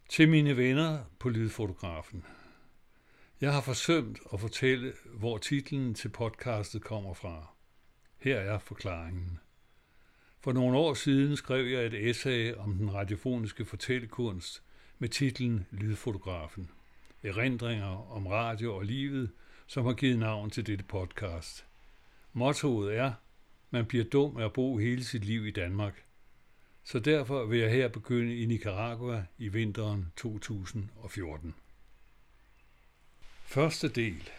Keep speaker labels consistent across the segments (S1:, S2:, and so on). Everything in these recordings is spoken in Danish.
S1: Til mine venner på Lydfotografen. Jeg har forsømt at fortælle, hvor titlen til podcastet kommer fra. Her er forklaringen. For nogle år siden skrev jeg et essay om den radiofoniske fortællekunst med titlen Lydfotografen. Erindringer om radio og livet, som har givet navn til dette podcast. Mottoet er, man bliver dum af at bo hele sit liv i Danmark. Så derfor vil jeg her begynde i Nicaragua i vinteren 2014. Første del.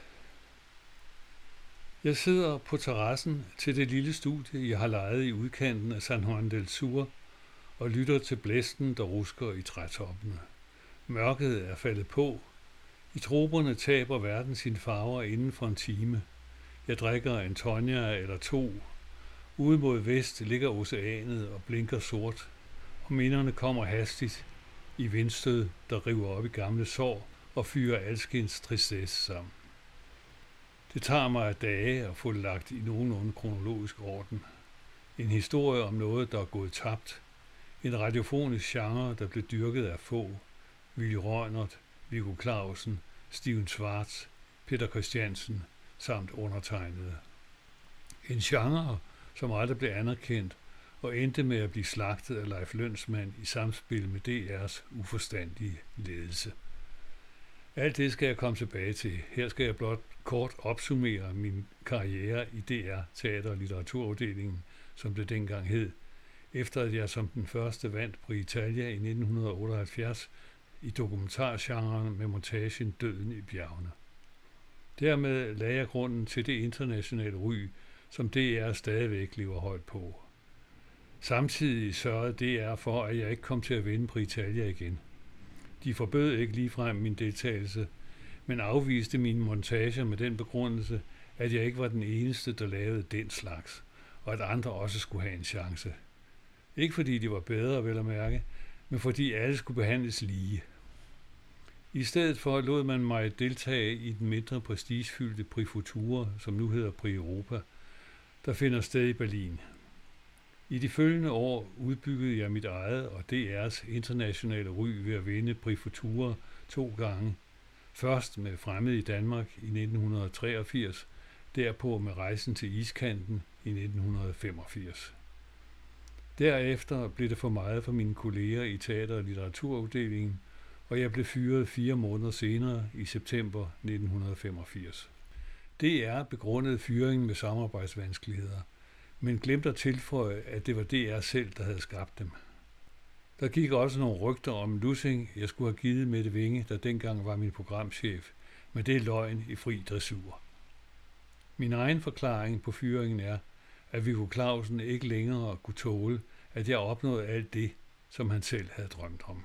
S1: Jeg sidder på terrassen til det lille studie, jeg har lejet i udkanten af San Juan del Sur, og lytter til blæsten, der rusker i trætoppene. Mørket er faldet på. I troperne taber verden sine farver inden for en time. Jeg drikker en tonja eller to. Ude mod vest ligger oceanet og blinker sort, og minderne kommer hastigt i vindstød, der river op i gamle sår og fyrer alskens tristesse sammen. Det tager mig dage at få det lagt i nogenlunde kronologisk orden. En historie om noget, der er gået tabt. En radiofonisk genre, der blev dyrket af få. Willy Røgnert, Viggo Clausen, Steven Schwartz, Peter Christiansen samt undertegnede. En genre, som aldrig blev anerkendt og endte med at blive slagtet af Leif Lønsmand i samspil med DR's uforstandige ledelse. Alt det skal jeg komme tilbage til. Her skal jeg blot kort opsummere min karriere i DR Teater- og Litteraturafdelingen, som det dengang hed, efter at jeg som den første vandt på Italia i 1978 i dokumentargenren med montagen Døden i bjergene. Dermed lagde jeg grunden til det internationale ry, som DR stadigvæk lever højt på. Samtidig sørgede DR for, at jeg ikke kom til at vinde på Italia igen. De forbød ikke ligefrem min deltagelse, men afviste mine montager med den begrundelse, at jeg ikke var den eneste, der lavede den slags, og at andre også skulle have en chance. Ikke fordi de var bedre, vel at mærke, men fordi alle skulle behandles lige. I stedet for lod man mig deltage i den mindre prestigefyldte Prix Futura, som nu hedder Prix Europa, der finder sted i Berlin. I de følgende år udbyggede jeg mit eget og DR's internationale ry ved at vinde Prix Futura 2 gange. Først med Fremmed i Danmark i 1983, derpå med Rejsen til Iskanten i 1985. Derefter blev det for meget for mine kolleger i Teater- og Litteraturafdelingen, og jeg blev fyret 4 måneder senere i september 1985. DR begrundede fyringen med samarbejdsvanskeligheder, men glemte at tilføje, at det var DR selv, der havde skabt dem. Der gik også nogle rygter om lussing, jeg skulle have givet Mette Winge, der dengang var min programchef, men det er løgn i fri dressur. Min egen forklaring på fyringen er, at Viggo Clausen ikke længere kunne tåle, at jeg opnåede alt det, som han selv havde drømt om.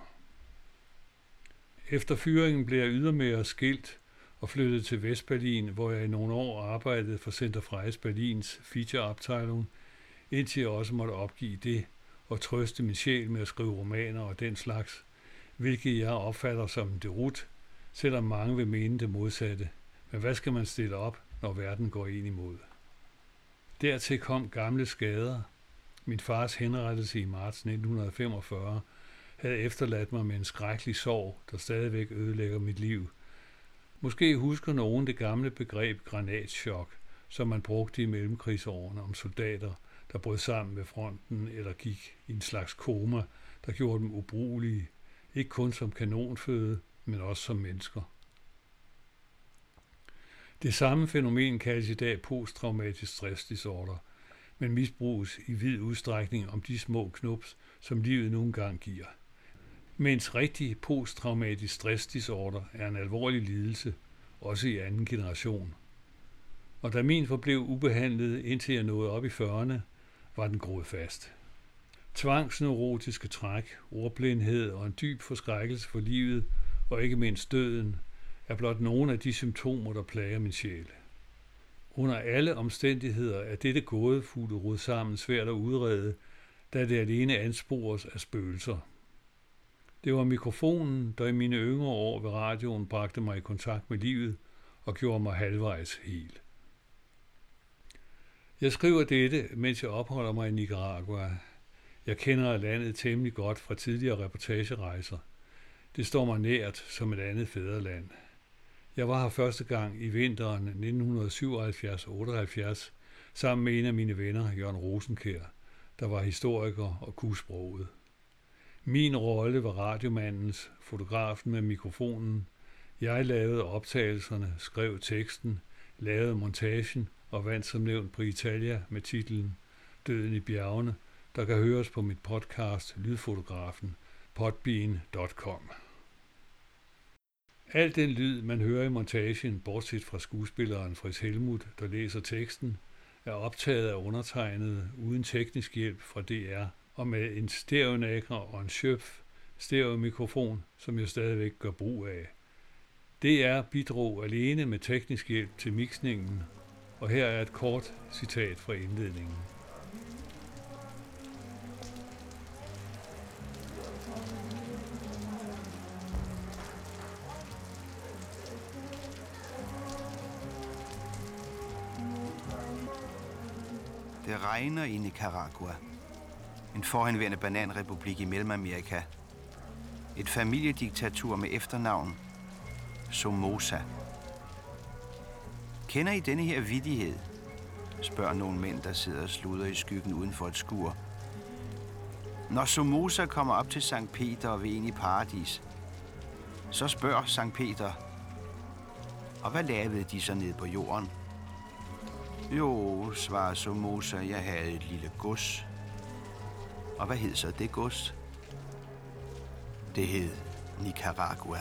S1: Efter fyringen blev jeg ydermere skilt og flyttede til Vestberlin, hvor jeg i nogle år arbejdede for Center Freies Berlins featureabteilung, indtil jeg også måtte opgive det og trøste min sjæl med at skrive romaner og den slags, hvilket jeg opfatter som en derut, selvom mange vil mene det modsatte. Men hvad skal man stille op, når verden går en imod? Dertil kom gamle skader. Min fars henrettelse i marts 1945 havde efterladt mig med en skrækkelig sorg, der stadigvæk ødelægger mit liv. Måske husker nogen det gamle begreb granatschok, som man brugte i mellemkrigsårene om soldater, der brød sammen ved fronten eller gik i en slags koma, der gjorde dem ubrugelige, ikke kun som kanonføde, men også som mennesker. Det samme fænomen kaldes i dag posttraumatisk stressdisorder, men misbruges i vid udstrækning om de små knups, som livet nogle gange giver. Mens rigtig posttraumatisk stressdisorder er en alvorlig lidelse, også i anden generation. Og da min forblev ubehandlet, indtil jeg nåede op i 40'erne, var den groet fast. Tvangsneurotiske træk, ordblindhed og en dyb forskrækkelse for livet, og ikke mindst døden, er blot nogle af de symptomer, der plager min sjæl. Under alle omstændigheder er dette gådefulde rod sammen svært at udrede, da det alene anspores af spøgelser. Det var mikrofonen, der i mine yngre år ved radioen bragte mig i kontakt med livet og gjorde mig halvvejs hel. Jeg skriver dette, mens jeg opholder mig i Nicaragua. Jeg kender landet temmelig godt fra tidligere reportagerejser. Det står mig nært som et andet fædreland. Jeg var her første gang i vinteren 1977-78 sammen med en af mine venner, Jørgen Rosenkjær, der var historiker og kunne sproget. Min rolle var radiomandens, fotografen med mikrofonen. Jeg lavede optagelserne, skrev teksten, lavede montagen og vandt som nævnt på Italia med titlen Døden i bjergene, der kan høres på mit podcast Lydfotografen, podbean.com. Al den lyd, man hører i montagen, bortset fra skuespilleren Fritz Helmuth, der læser teksten, er optaget af undertegnede uden teknisk hjælp fra DR og med en stereonakker og en Schöpf stereomikrofon, som jeg stadigvæk gør brug af. DR bidrog alene med teknisk hjælp til mixningen, og her er et kort citat fra indledningen.
S2: Det regner i Nicaragua, en forhenværende bananrepublik i Mellemamerika. Et familiediktatur med efternavn Somoza. Kender I denne her vittighed? Spørger nogle mænd, der sidder og sluder i skyggen uden for et skur. Når Somoza kommer op til Sankt Peter og vil ind i paradis, så spørger Sankt Peter, og hvad lavede de så nede på jorden? Jo, svarer Somoza, jeg havde et lille gods. Og hvad hed så det gods? Det hed Nicaragua.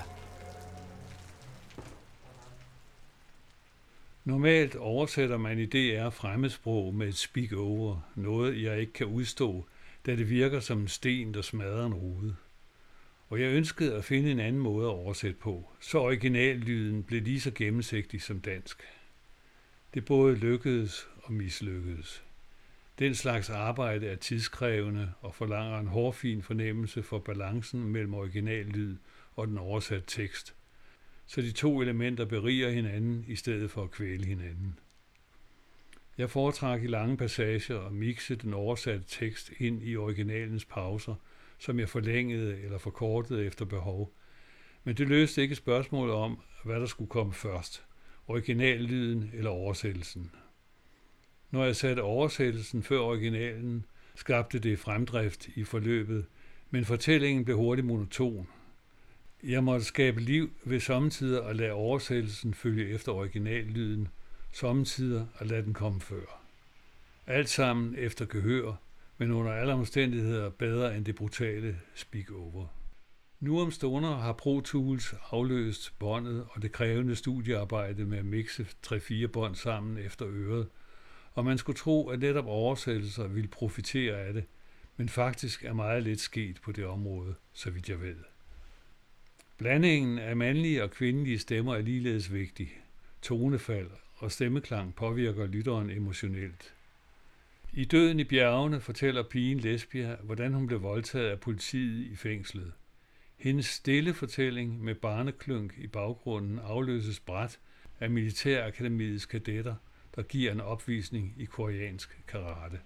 S1: Normalt oversætter man i DR fremmedsprog med et speak-over, noget jeg ikke kan udstå, da det virker som en sten, der smadrer en rude. Og jeg ønskede at finde en anden måde at oversætte på, så originallyden blev lige så gennemsigtig som dansk. Det både lykkedes og mislykkedes. Den slags arbejde er tidskrævende og forlanger en hårfin fornemmelse for balancen mellem originallyd og den oversatte tekst, så de to elementer beriger hinanden i stedet for at kvæle hinanden. Jeg foretrak i lange passager at mixe den oversatte tekst ind i originalens pauser, som jeg forlængede eller forkortede efter behov, men det løste ikke spørgsmålet om, hvad der skulle komme først, originallyden eller oversættelsen. Når jeg satte oversættelsen før originalen, skabte det fremdrift i forløbet, men fortællingen blev hurtigt monoton. Jeg måtte skabe liv ved sommetider at lade oversættelsen følge efter originallyden, sommetider at lade den komme før. Alt sammen efter gehør, men under alle omstændigheder bedre end det brutale speak-over. Nu om stunder har Pro Tools afløst båndet og det krævende studiearbejde med at mixe 3-4 bånd sammen efter øret, og man skulle tro, at netop oversættelser ville profitere af det, men faktisk er meget lidt sket på det område, så vidt jeg ved. Blandingen af mandlige og kvindelige stemmer er ligeledes vigtig. Tonefald og stemmeklang påvirker lytteren emotionelt. I Døden i bjergene fortæller pigen Lesbia, hvordan hun blev voldtaget af politiet i fængslet. Hendes stille fortælling med barneklynk i baggrunden afløses brat af Militærakademiets kadetter, der giver en opvisning i koreansk karate.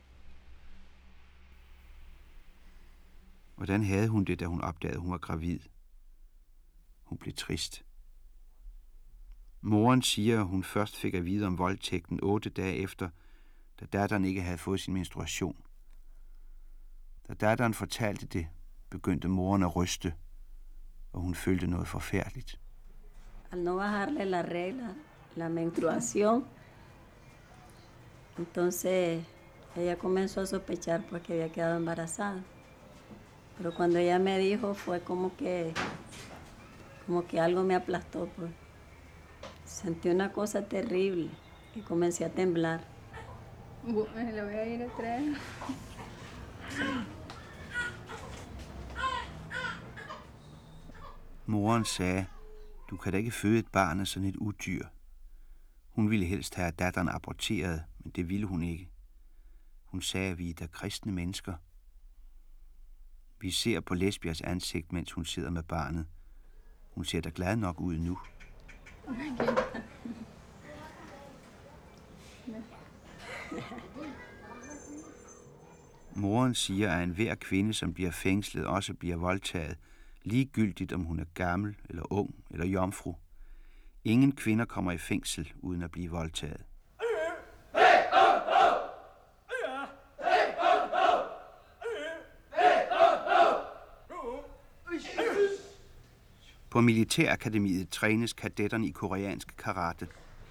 S2: Hvordan havde hun det, da hun opdagede, at hun var gravid? Hun blev trist. Moren siger, at hun først fik at vide om voldtægten 8 dage efter, da datteren ikke havde fået sin menstruation. Da datteren fortalte det, begyndte moren at ryste, og hun følte noget forfærdeligt.
S3: Al no bajarle la regla, la menstruación, entonces ella comenzó a sospechar porque había quedado embarazada. Pero cuando ella me dijo fue como que algo me aplastó, pues. Sentí una cosa terrible y comencé a temblar.
S4: Bueno, lo voy a ir a traer.
S2: Moren sagde, du kan da ikke føde et barn af sådan et udyr. Hun ville helst have datteren aborteret, men det ville hun ikke. Hun sagde, at vi er da kristne mennesker. Vi ser på Lesbias ansigt, mens hun sidder med barnet. Hun ser da glad nok ud nu.
S4: Okay.
S2: Moren siger, at enhver kvinde, som bliver fængslet, også bliver voldtaget, Ligegyldigt om hun er gammel eller ung eller jomfru. Ingen kvinder kommer i fængsel uden at blive voldtaget. På Militærakademiet trænes kadetterne i koreansk karate.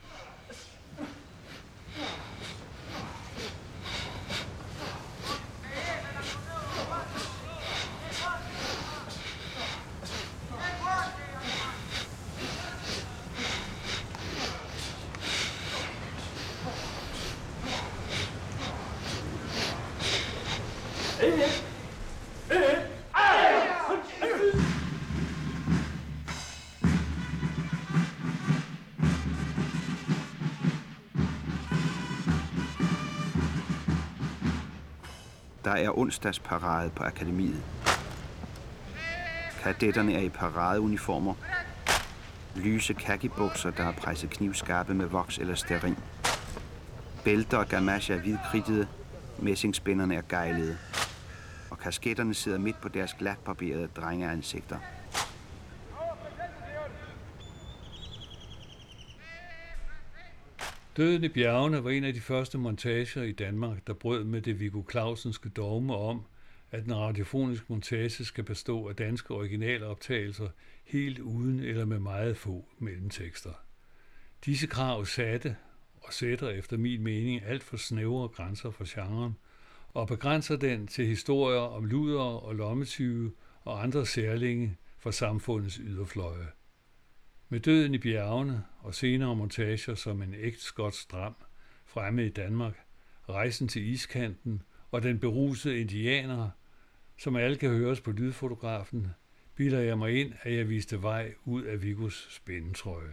S2: Der er onsdagsparade på akademiet. Kadetterne er i paradeuniformer. Lyse khakibukser, der er presset knivskarpe med voks eller stearin. Bælter og gamasjer er hvidkridtede. Messingspænderne er gejlede. Og kasketterne sidder midt på deres glatbarberede drengeansigter.
S1: Døden i bjergene var en af de første montager i Danmark, der brød med det Viggo Clausenske dogme om, at en radiofonisk montage skal bestå af danske originaloptagelser helt uden eller med meget få mellemtekster. Disse krav satte og sætter efter min mening alt for snævre grænser for genren og begrænser den til historier om ludere og lommetyve og andre særlinge fra samfundets yderfløje. Med Døden i bjergene og senere montager som En ægte skotsk dram, Fremme i Danmark, Rejsen til iskanten og Den berusede indianer, som alle kan høres på lydfotografen, bilder jeg mig ind, at jeg viste vej ud af Viggos spændetrøje.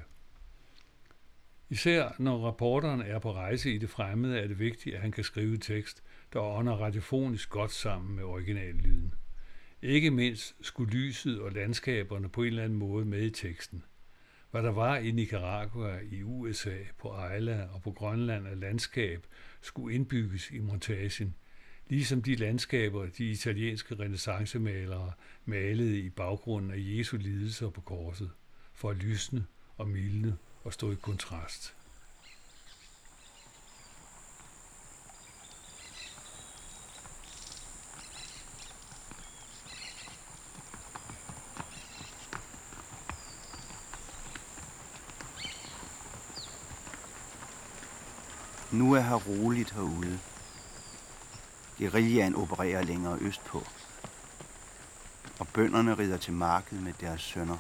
S1: Især når rapporteren er på rejse i det fremmede, er det vigtigt, at han kan skrive tekst, der ånder radiofonisk godt sammen med originallyden. Ikke mindst skulle lyset og landskaberne på en eller anden måde med i teksten. Hvad der var i Nicaragua, i USA, på Ayla og på Grønland af landskab, skulle indbygges i montagen, ligesom de landskaber, de italienske renæssancemalere malede i baggrunden af Jesu lidelser på korset, for at lysne og mildne og stå i kontrast.
S2: Nu er her roligt herude. Guerillaen opererer længere østpå. Og bønderne rider til markedet med deres sønner.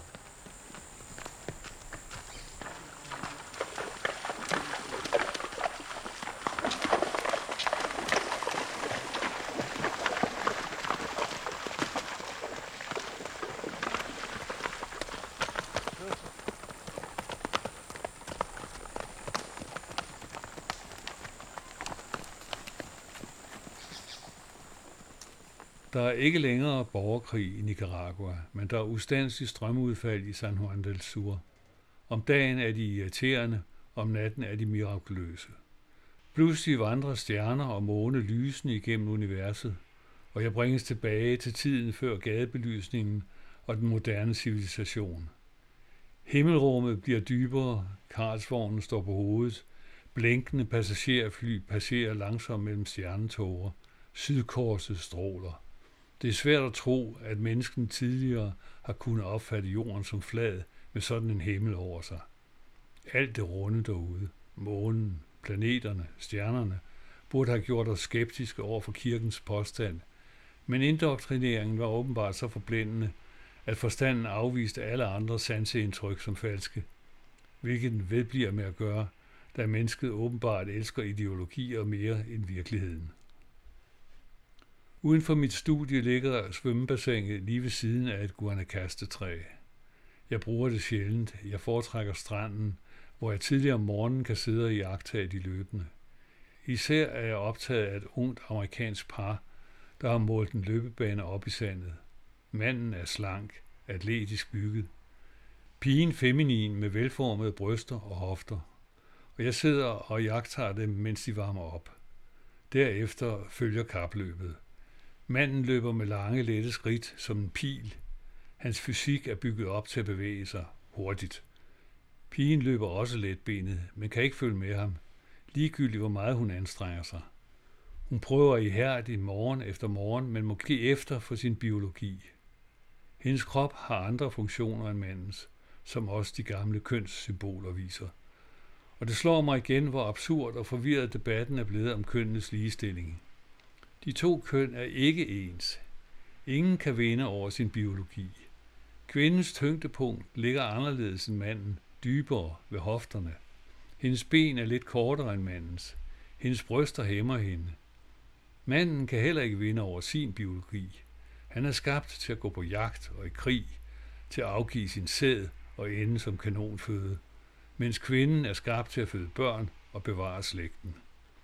S1: Der er ikke længere borgerkrig i Nicaragua, men der er ustandselig strømudfald i San Juan del Sur. Om dagen er de irriterende, om natten er de mirakuløse. Pludselig vandrer stjerner og måne lysende igennem universet, og jeg bringes tilbage til tiden før gadebelysningen og den moderne civilisation. Himmelrummet bliver dybere, Karlsvognen står på hovedet, blinkende passagerfly passerer langsomt mellem stjernetåger, Sydkorset stråler. Det er svært at tro, at mennesken tidligere har kunnet opfatte jorden som flad med sådan en himmel over sig. Alt det runde derude, månen, planeterne, stjernerne, burde have gjort os skeptiske over for kirkens påstand, men indoktrineringen var åbenbart så forblændende, at forstanden afviste alle andre sanseindtryk som falske, hvilket den vedbliver med at gøre, da mennesket åbenbart elsker ideologier mere end virkeligheden. Uden for mit studie ligger svømmebassinet lige ved siden af et guanacastetræ. Jeg bruger det sjældent. Jeg foretrækker stranden, hvor jeg tidligere om morgenen kan sidde og iagttage de løbende. Især er jeg optaget af et ungt amerikansk par, der har målt en løbebane op i sandet. Manden er slank, atletisk bygget. Pigen feminin med velformede bryster og hofter. Og jeg sidder og iagttager dem, mens de varmer op. Derefter følger kapløbet. Manden løber med lange, lette skridt som en pil. Hans fysik er bygget op til at bevæge sig hurtigt. Pigen løber også letbenet, men kan ikke følge med ham, ligegyldigt hvor meget hun anstrenger sig. Hun prøver ihærdigt morgen efter morgen, men må give efter for sin biologi. Hendes krop har andre funktioner end mandens, som også de gamle kønssymboler viser. Og det slår mig igen, hvor absurd og forvirret debatten er blevet om kønnenes ligestilling. De to køn er ikke ens. Ingen kan vinde over sin biologi. Kvindens tyngdepunkt ligger anderledes end manden, dybere ved hofterne. Hendes ben er lidt kortere end mandens. Hendes bryster hæmmer hende. Manden kan heller ikke vinde over sin biologi. Han er skabt til at gå på jagt og i krig, til at afgive sin sæd og ende som kanonføde, mens kvinden er skabt til at føde børn og bevare slægten.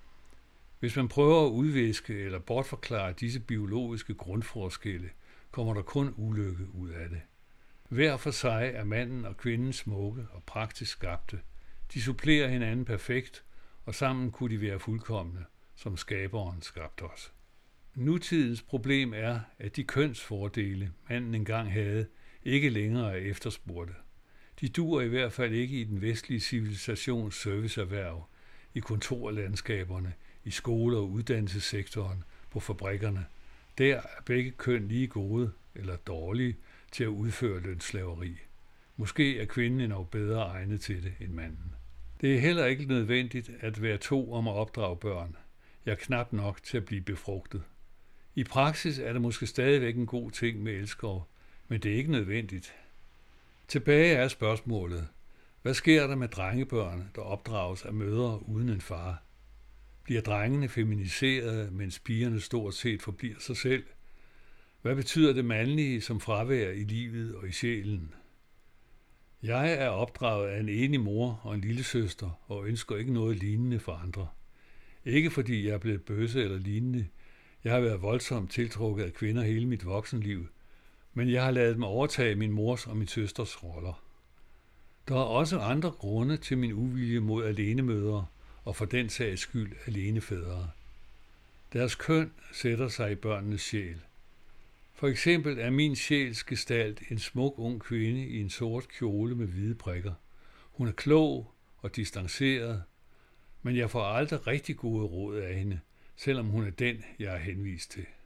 S1: Hvis man prøver at udviske eller bortforklare disse biologiske grundforskelle, kommer der kun ulykke ud af det. Hver for sig er manden og kvinden smukke og praktisk skabte. De supplerer hinanden perfekt, og sammen kunne de være fuldkomne, som skaberen skabte os. Nutidens problem er, at de kønsfordele, manden engang havde, ikke længere er efterspurgte. De duer i hvert fald ikke i den vestlige civilisations serviceerhverv, i kontorlandskaberne, i skole- og uddannelsessektoren, på fabrikkerne. Der er begge køn lige gode eller dårlige til at udføre lønslaveri. Måske er kvinden endnu bedre egnet til det end manden. Det er heller ikke nødvendigt at være to om at opdrage børn. Jeg er knap nok til at blive befrugtet. I praksis er det måske stadigvæk en god ting med elskov, men det er ikke nødvendigt. Tilbage er spørgsmålet, hvad sker der med drengebørn, der opdrages af mødre uden en far? Bliver drengene feminiserede, mens pigerne stort set forbliver sig selv? Hvad betyder det mandlige som fravær i livet og i sjælen? Jeg er opdraget af en enig mor og en lillesøster og ønsker ikke noget lignende for andre. Ikke fordi jeg er blevet bøsse eller lignende. Jeg har været voldsomt tiltrukket af kvinder hele mit voksenliv, men jeg har ladet mig overtage min mors og min søsters roller. Der er også andre grunde til min uvilje mod alenemødre og for den sags skyld alenefædre. Deres køn sætter sig i børnenes sjæl. For eksempel er min sjæls gestalt en smuk ung kvinde i en sort kjole med hvide prikker. Hun er klog og distanceret, men jeg får aldrig rigtig gode råd af hende, selvom hun er den, jeg er henvist til.